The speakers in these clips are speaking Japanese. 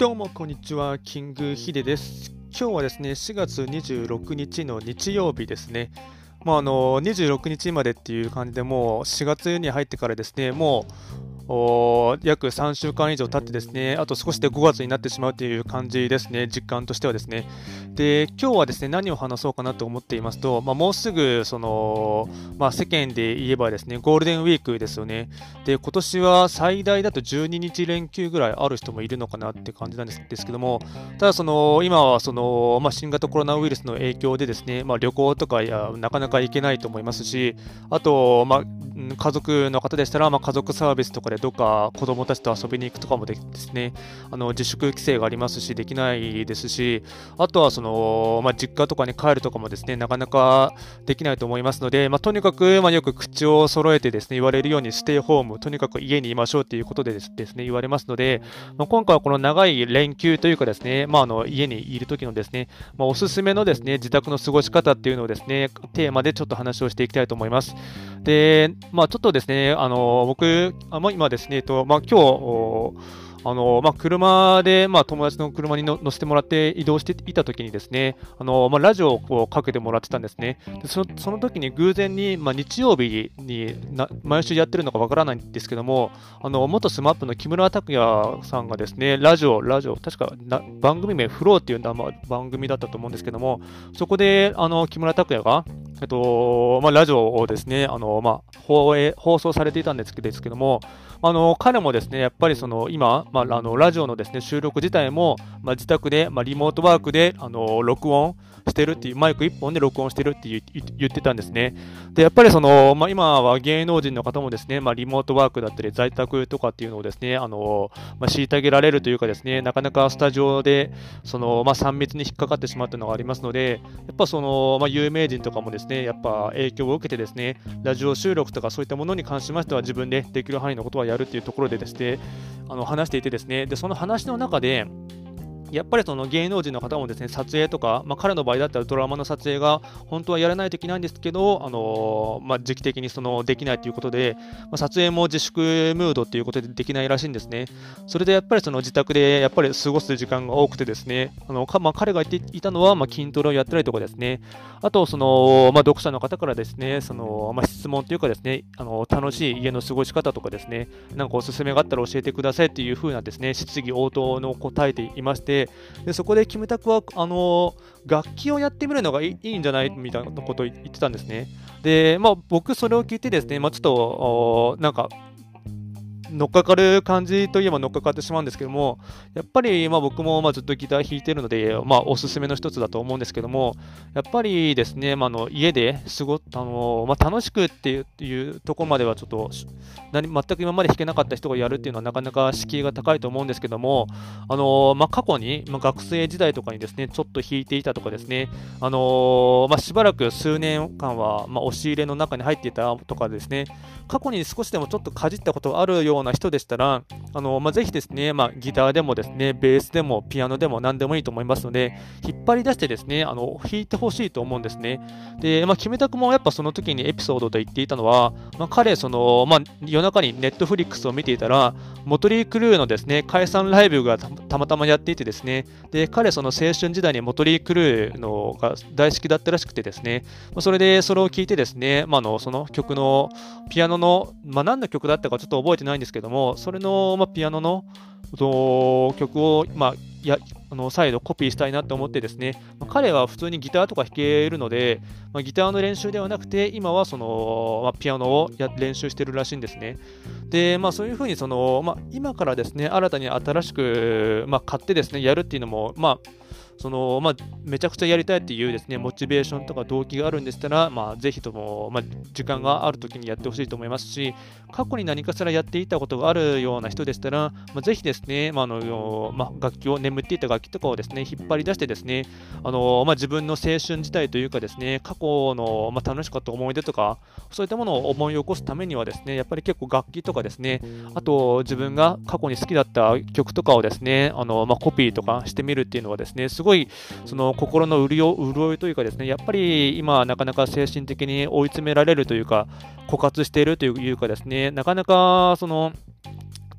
どうもこんにちは、キングヒデです。今日はですね、4月26日の日曜日ですね。26日までっていう感じで、もう4月に入ってからですね、もう約3週間以上経ってですね、あと少しで5月になってしまうという感じですね、実感としてはですね。で、今日はですね、何を話そうかなと思っていますと、もうすぐ世間で言えばですね、ゴールデンウィークですよね。で、今年は最大だと12日連休ぐらいある人もいるのかなって感じなんですけども、ただ今は新型コロナウイルスの影響でですね、旅行とかなかなか行けないと思いますし、あと、家族の方でしたら、家族サービスとかでどっか子供たちと遊びに行くとかもですね、自粛規制がありますし、できないですし、あとは実家とかに帰るとかもですね、なかなかできないと思いますので、とにかく、よく口を揃えてですね、言われるようにステイホーム、とにかく家にいましょうということでですね、言われますので、今回はこの長い連休というかですね、家にいる時のですね、おすすめのですね、自宅の過ごし方っていうのをですね、テーマでちょっと話をしていきたいと思います。で、ちょっとですね、僕、今ですね、今日、車で、友達の車に乗せてもらって移動していたときにですね、ラジオをかけてもらってたんですね。でその時に偶然に、日曜日に毎週やってるのかわからないんですけども、元スマップの木村拓哉さんがですね、ラジオ、確か番組名、フローっていう番組だったと思うんですけども、そこで、木村拓哉が、ラジオをですね、放送されていたんですけども、彼もですね、やっぱり今、ラジオのですね、収録自体も、自宅で、リモートワークで、録音してるっていう、マイク1本で録音してるって言ってたんですね。で、やっぱり今は芸能人の方もですね、リモートワークだったり、在宅とかっていうのをですね、虐げられるというかですね、なかなかスタジオで、3密に引っかかってしまうというのがありますので、やっぱ有名人とかもですね、やっぱ影響を受けてですね、ラジオ収録とかそういったものに関しましては自分でできる範囲のことはやるっていうところでですね、話していてですね、で、その話の中で、やっぱり芸能人の方もですね、撮影とか、彼の場合だったらドラマの撮影が本当はやらないといけないんですけど、時期的にできないということで、撮影も自粛ムードということでできないらしいんですね。それでやっぱり自宅でやっぱり過ごす時間が多くてですね、彼が言っていたのは、筋トレをやったりとかですね、あと読者の方からですね、質問というかですね、楽しい家の過ごし方とかですね、なんかおすすめがあったら教えてくださいっていう風なですね、質疑応答の答えていまして、でそこでキムタクは楽器をやってみるのがいいんじゃないみたいなことを言ってたんですね。で、僕それを聞いてですね、ちょっとなんか乗っかかる感じといえば乗っかかってしまうんですけども、やっぱり僕もずっとギター弾いているので、おすすめの一つだと思うんですけども、やっぱりですね、家で楽しくっていうところまではちょっと全く今まで弾けなかった人がやるっていうのはなかなか敷居が高いと思うんですけども、過去に、学生時代とかにですね、ちょっと弾いていたとかですね、しばらく数年間は、押し入れの中に入っていたとかですね、過去に少しでもちょっとかじったことがあるような人でしたら、ぜひですね、ギターでもですね、ベースでもピアノでも何でもいいと思いますので、引っ張り出してですね、弾いてほしいと思うんですね。で、キムタクもやっぱその時にエピソードで言っていたのは、彼、夜中にネットフリックスを見ていたら、モトリー・クルーのですね、解散ライブがたまたまやっていてですね、で、彼、青春時代にモトリー・クルーのが大好きだったらしくてですね、それでそれを聞いてですね、その曲のピアノの、何の曲だったかちょっと覚えてないんですけども、それの、ピアノの曲を、再度コピーしたいなと思ってですね、彼は普通にギターとか弾けるので、ギターの練習ではなくて、今はピアノを練習してるらしいんですね。で、そういうふうに今からですね、新たに新しく、買ってですね、やるっていうのも、めちゃくちゃやりたいっていうですね、モチベーションとか動機があるんでしたら、ぜひとも、時間があるときにやってほしいと思いますし、過去に何かしらやっていたことがあるような人でしたら、ぜひですね、楽器を、眠っていた楽器とかをですね、引っ張り出してですね、自分の青春時代というかですね、過去の、楽しかった思い出とか、そういったものを思い起こすためにはですね、やっぱり結構楽器とかですね、あと自分が過去に好きだった曲とかをですね、コピーとかしてみるっていうのはですね、すごい心の潤いというかですね、やっぱり今なかなか精神的に追い詰められるというか、枯渇しているというかですね、なかなか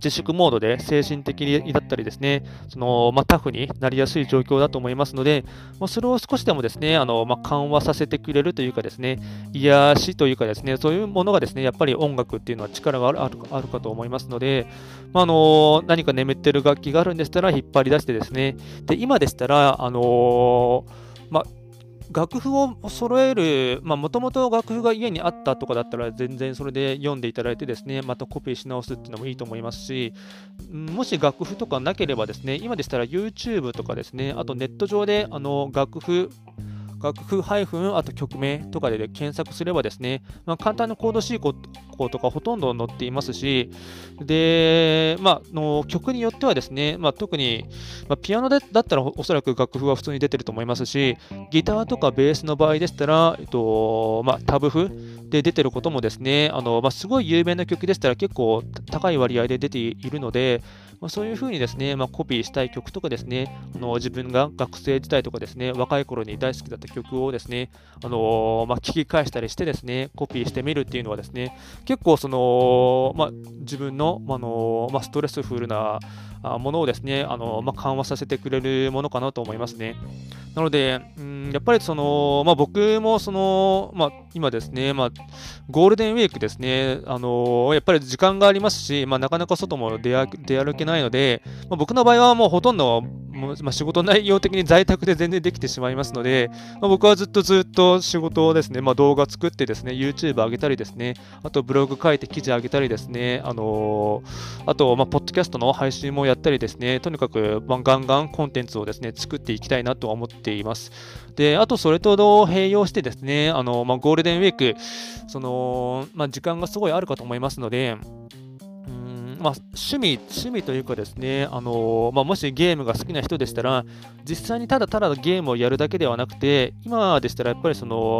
自粛モードで精神的にだったりですね、タフになりやすい状況だと思いますので、それを少しでもですね、緩和させてくれるというかですね、癒しというかですね、そういうものがですね、やっぱり音楽っていうのは力があるかと思いますので、何か眠ってる楽器があるんでしたら引っ張り出してですね、で、今でしたら、まあ、楽譜を揃える、もともと楽譜が家にあったとかだったら、全然それで読んでいただいてですね、またコピーし直すっていうのもいいと思いますし、もし楽譜とかなければですね、今でしたら YouTube とかですね、あとネット上で楽譜あと曲名とかで検索すればですね、簡単なコード進行とかほとんど載っていますし、で、曲によってはですね、特に、ピアノだったらおそらく楽譜は普通に出てると思いますし、ギターとかベースの場合でしたら、タブ譜で出てることもですね、すごい有名な曲でしたら結構高い割合で出ているので、そういうふうにですね、コピーしたい曲とかですね、自分が学生時代とかですね、若い頃に大好きだった曲をですね、聞き返したりしてですね、コピーしてみるっていうのはですね、結構自分の、ストレスフルなものをですね、緩和させてくれるものかなと思いますね。なので、やっぱり僕も今ですね、ゴールデンウィークですね、やっぱり時間がありますし、なかなか外も出歩けないので、僕の場合はもうほとんど、仕事内容的に在宅で全然できてしまいますので、僕はずっと仕事をですね、動画作ってですね、YouTube 上げたりですね、あとブログ書いて記事上げたりですね、あと、ポッドキャストの配信もやったりですね、とにかく、ガンガンコンテンツをですね、作っていきたいなと思っています。で、あとそれと併用してですね、ゴールデンウィーク、時間がすごいあるかと思いますので、趣味というかですね、もしゲームが好きな人でしたら、実際にただただゲームをやるだけではなくて、今でしたらやっぱり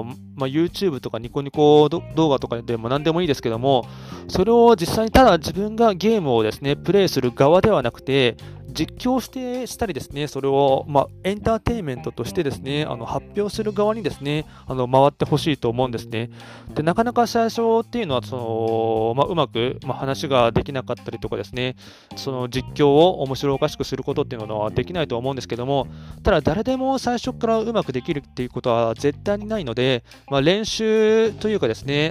YouTube とかニコニコ動画とかでも何でもいいですけども、それを実際にただ自分がゲームをですね、プレイする側ではなくて、実況したりですね、それを、エンターテインメントとしてですね、発表する側にですね、回ってほしいと思うんですね。で、なかなか最初っていうのは、うまく、話ができなかったりとかですね、その実況を面白おかしくすることっていうのはできないと思うんですけども、ただ誰でも最初からうまくできるっていうことは絶対にないので、練習というかですね、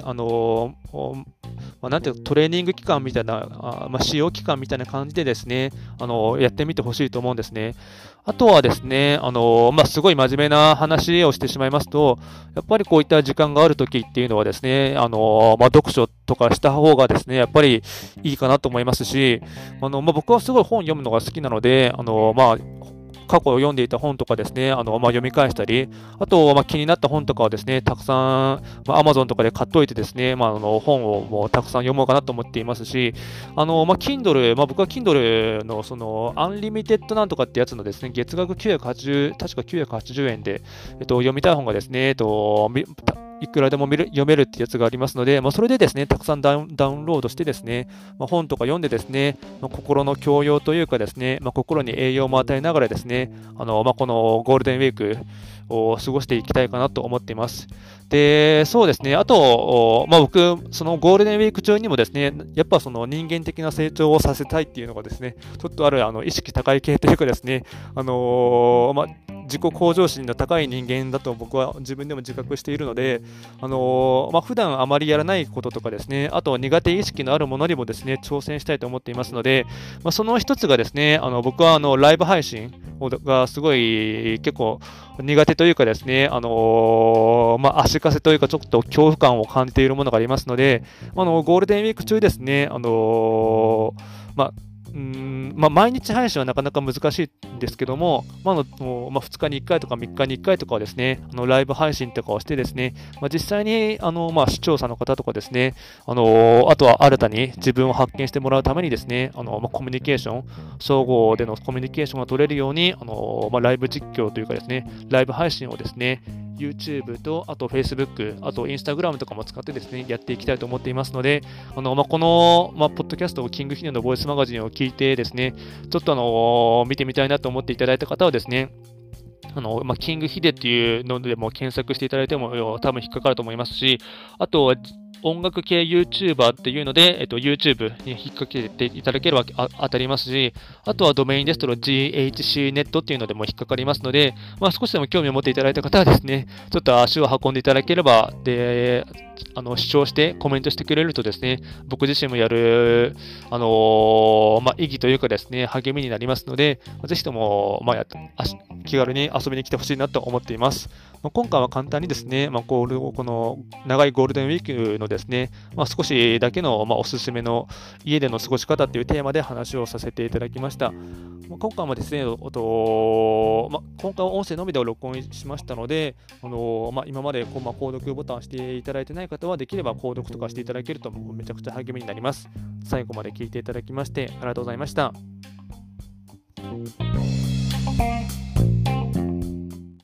なんていうかトレーニング期間みたいな、使用期間みたいな感じでですね、やってみてほしいと思うんですね。あとはですね、すごい真面目な話をしてしまいますと、やっぱりこういった時間があるときっていうのはですね、読書とかした方がですね、やっぱりいいかなと思いますし、僕はすごい本読むのが好きなので、過去を読んでいた本とかですね、読み返したり、あと、気になった本とかをですね、たくさん、Amazon とかで買っといてですね、本をもうたくさん読もうかなと思っていますし、Kindle、僕は Kindle のアンリミテッドなんとかってやつのですね、月額980、確か980円で、読みたい本がですね、いくらでも読めるってやつがありますので、それでですね、たくさんダウンロードしてですね、本とか読んでですね、心の教養というかですね、心に栄養も与えながらですね、このゴールデンウィークを過ごしていきたいかなと思っています。で、そうですね、あと、僕、そのゴールデンウィーク中にもですね、やっぱその人間的な成長をさせたいっていうのがですね、ちょっとある意識高い系というかですね、自己向上心の高い人間だと僕は自分でも自覚しているので、普段あまりやらないこととかですね、あと苦手意識のあるものにもですね、挑戦したいと思っていますので、その一つがですね、僕はライブ配信がすごい結構苦手というかですね、足かせというかちょっと恐怖感を感じているものがありますので、ゴールデンウィーク中ですね、毎日配信はなかなか難しいんですけども、2日に1回とか3日に1回とかはですね、ライブ配信とかをしてですね、実際に視聴者の方とかですね、あとは新たに自分を発見してもらうためにですね、コミュニケーション、相互でのコミュニケーションが取れるように、ライブ実況というかですね、ライブ配信をですね、YouTube と、あと Facebook、あと Instagram とかも使ってですね、やっていきたいと思っていますので、この、ポッドキャストをキングヒデのボイスマガジンを聞いてですね、ちょっと見てみたいなと思っていただいた方はですね、キングヒデっていうのでも検索していただいても多分引っかかると思いますし、あと、 音楽系 YouTuber っていうので、YouTube に引っ掛けていただければ当たりますし、あとはドメインですと GHCnet っていうのでも引っかかりますので、少しでも興味を持っていただいた方はですね、ちょっと足を運んでいただければ、で、視聴してコメントしてくれるとですね、僕自身もやる、意義というかですね、励みになりますので、ぜひとも、気軽に遊びに来てほしいなと思っています。今回は簡単にですね、この長いゴールデンウィークのですね、少しだけの、おすすめの家での過ごし方というテーマで話をさせていただきました。今回もですね、今回は音声のみで録音しましたので、今まで購読ボタンを押していただいてない方は、できれば購読とかしていただけるとめちゃくちゃ励みになります。最後まで聞いていただきまして、ありがとうございました。